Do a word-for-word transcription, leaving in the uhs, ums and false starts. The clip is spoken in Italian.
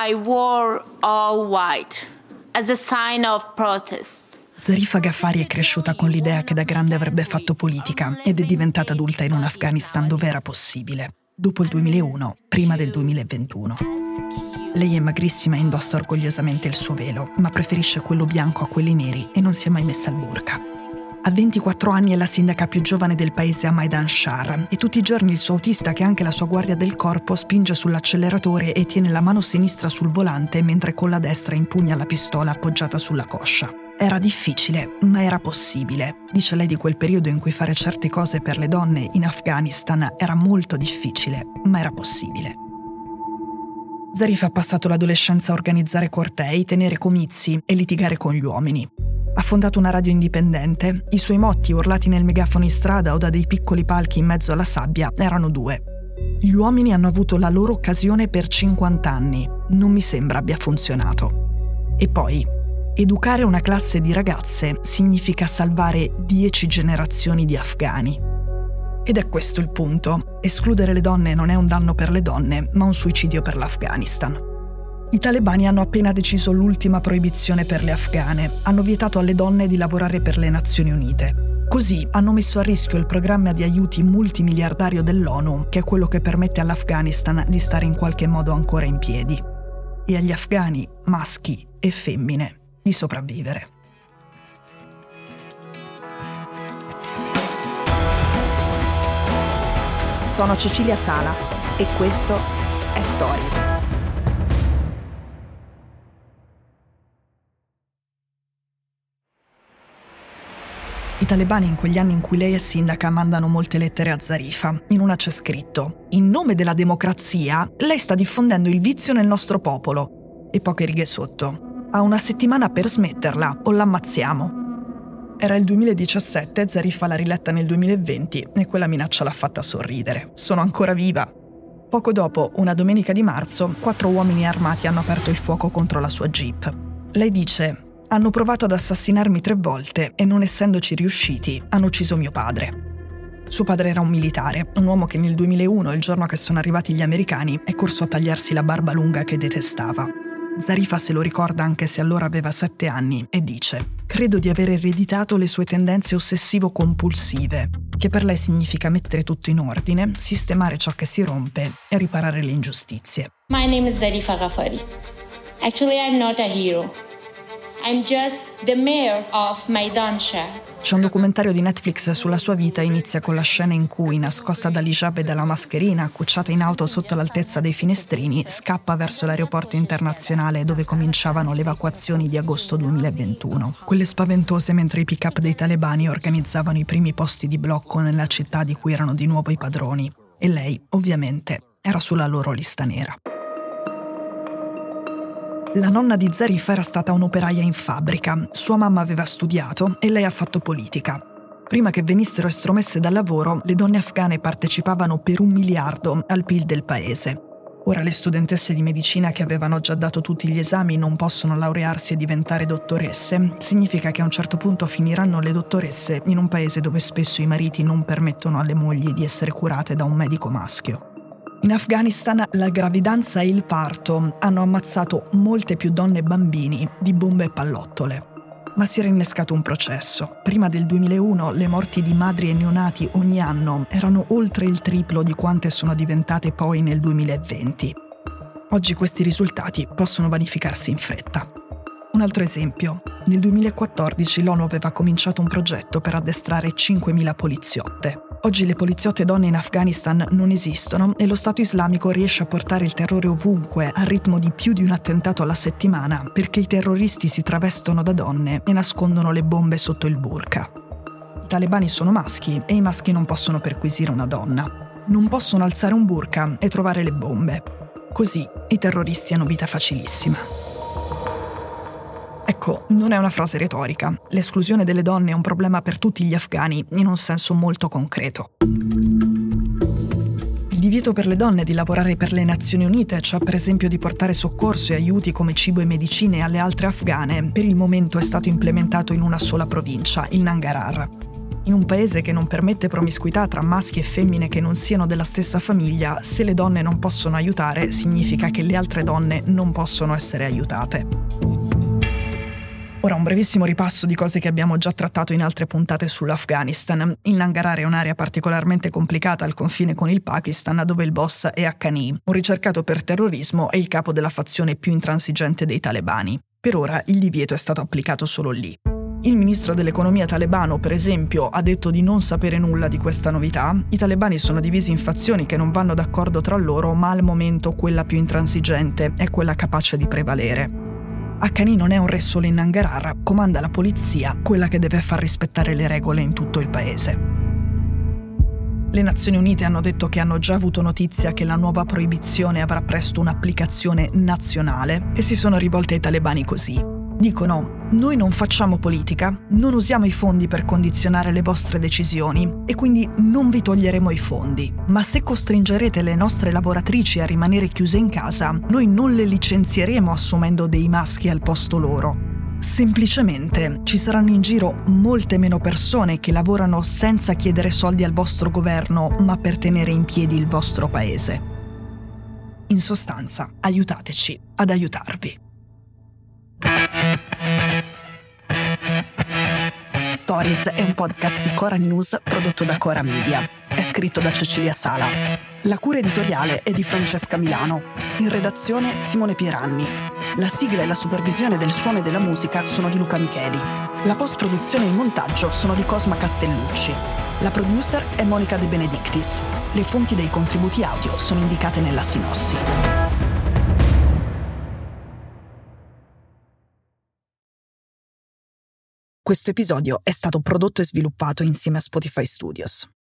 I wore all white as a sign of protest. Zarifa Ghaffari è cresciuta con l'idea che da grande avrebbe fatto politica ed è diventata adulta in un Afghanistan dove era possibile, dopo il duemilauno, prima del duemilaventuno. Lei è magrissima e indossa orgogliosamente il suo velo, ma preferisce quello bianco a quelli neri e non si è mai messa il burqa. A ventiquattro anni è la sindaca più giovane del paese a Maidan Shar e tutti i giorni il suo autista, che è anche la sua guardia del corpo, spinge sull'acceleratore e tiene la mano sinistra sul volante mentre con la destra impugna la pistola appoggiata sulla coscia. Era difficile, ma era possibile. Dice lei di quel periodo in cui fare certe cose per le donne in Afghanistan era molto difficile, ma era possibile. Zarifa ha passato l'adolescenza a organizzare cortei, tenere comizi e litigare con gli uomini. Ha fondato una radio indipendente. I suoi motti, urlati nel megafono in strada o da dei piccoli palchi in mezzo alla sabbia, erano due. Gli uomini hanno avuto la loro occasione per cinquanta anni. Non mi sembra abbia funzionato. E poi, educare una classe di ragazze significa salvare dieci generazioni di afghani. Ed è questo il punto. Escludere le donne non è un danno per le donne, ma un suicidio per l'Afghanistan. I talebani hanno appena deciso l'ultima proibizione per le afghane. Hanno vietato alle donne di lavorare per le Nazioni Unite. Così hanno messo a rischio il programma di aiuti multimiliardario dell'ONU, che è quello che permette all'Afghanistan di stare in qualche modo ancora in piedi. E agli afghani, maschi e femmine, di sopravvivere. Sono Cecilia Sala e questo è Stories. I talebani in quegli anni in cui lei è sindaca mandano molte lettere a Zarifa. In una c'è scritto: in nome della democrazia, lei sta diffondendo il vizio nel nostro popolo. E poche righe sotto: ha una settimana per smetterla o l'ammazziamo. Era il duemiladiciassette, Zarifa l'ha riletta nel duemilaventi e quella minaccia l'ha fatta sorridere. Sono ancora viva. Poco dopo, una domenica di marzo, quattro uomini armati hanno aperto il fuoco contro la sua jeep. Lei dice: hanno provato ad assassinarmi tre volte e non essendoci riusciti, hanno ucciso mio padre. Suo padre era un militare, un uomo che nel duemilauno, il giorno che sono arrivati gli americani, è corso a tagliarsi la barba lunga che detestava. Zarifa se lo ricorda anche se allora aveva sette anni e dice: credo di aver ereditato le sue tendenze ossessivo-compulsive, che per lei significa mettere tutto in ordine, sistemare ciò che si rompe e riparare le ingiustizie. My name is Zarifa Ghaffari. Actually, I'm not a hero. I'm just the mayor of Maidan Shar. C'è un documentario di Netflix sulla sua vita, inizia con la scena in cui, nascosta dall'hijab e dalla mascherina, accucciata in auto sotto l'altezza dei finestrini, scappa verso l'aeroporto internazionale dove cominciavano le evacuazioni di agosto duemilaventuno. Quelle spaventose mentre i pick-up dei talebani organizzavano i primi posti di blocco nella città di cui erano di nuovo i padroni. E lei, ovviamente, era sulla loro lista nera. La nonna di Zarifa era stata un'operaia in fabbrica, sua mamma aveva studiato e lei ha fatto politica. Prima che venissero estromesse dal lavoro, le donne afghane partecipavano per un miliardo al P I L del paese. Ora le studentesse di medicina che avevano già dato tutti gli esami non possono laurearsi e diventare dottoresse. Significa che a un certo punto finiranno le dottoresse in un paese dove spesso i mariti non permettono alle mogli di essere curate da un medico maschio. In Afghanistan la gravidanza e il parto hanno ammazzato molte più donne e bambini di bombe e pallottole. Ma si era innescato un processo. Prima del duemilauno le morti di madri e neonati ogni anno erano oltre il triplo di quante sono diventate poi nel duemilaventi. Oggi questi risultati possono vanificarsi in fretta. Un altro esempio. Nel duemilaquattordici l'ONU aveva cominciato un progetto per addestrare cinquemila poliziotte. Oggi le poliziotte donne in Afghanistan non esistono e lo Stato islamico riesce a portare il terrore ovunque al ritmo di più di un attentato alla settimana perché i terroristi si travestono da donne e nascondono le bombe sotto il burqa. I talebani sono maschi e i maschi non possono perquisire una donna. Non possono alzare un burqa e trovare le bombe. Così i terroristi hanno vita facilissima. Ecco, non è una frase retorica. L'esclusione delle donne è un problema per tutti gli afghani in un senso molto concreto. Il divieto per le donne di lavorare per le Nazioni Unite, cioè per esempio di portare soccorso e aiuti come cibo e medicine alle altre afghane, per il momento è stato implementato in una sola provincia, il Nangarhar. In un paese che non permette promiscuità tra maschi e femmine che non siano della stessa famiglia, se le donne non possono aiutare, significa che le altre donne non possono essere aiutate. Ora un brevissimo ripasso di cose che abbiamo già trattato in altre puntate sull'Afghanistan. Il Nangarhar è un'area particolarmente complicata al confine con il Pakistan, dove il boss è Haqqani, un ricercato per terrorismo e il capo della fazione più intransigente dei talebani. Per ora il divieto è stato applicato solo lì. Il ministro dell'economia talebano, per esempio, ha detto di non sapere nulla di questa novità. I talebani sono divisi in fazioni che non vanno d'accordo tra loro, ma al momento quella più intransigente è quella capace di prevalere. Haqqani non è un re solo in Nangarhar, comanda la polizia, quella che deve far rispettare le regole in tutto il paese. Le Nazioni Unite hanno detto che hanno già avuto notizia che la nuova proibizione avrà presto un'applicazione nazionale e si sono rivolte ai talebani così. Dicono: noi non facciamo politica, non usiamo i fondi per condizionare le vostre decisioni e quindi non vi toglieremo i fondi. Ma se costringerete le nostre lavoratrici a rimanere chiuse in casa, noi non le licenzieremo assumendo dei maschi al posto loro. Semplicemente ci saranno in giro molte meno persone che lavorano senza chiedere soldi al vostro governo, ma per tenere in piedi il vostro paese. In sostanza, aiutateci ad aiutarvi. Stories è un podcast di Cora News prodotto da Cora Media. È scritto da Cecilia Sala. La cura editoriale è di Francesca Milano. In redazione Simone Pieranni. La sigla e la supervisione del suono e della musica sono di Luca Micheli. La post-produzione e il montaggio sono di Cosma Castellucci. La producer è Monica De Benedictis. Le fonti dei contributi audio sono indicate nella sinossi. Questo episodio è stato prodotto e sviluppato insieme a Spotify Studios.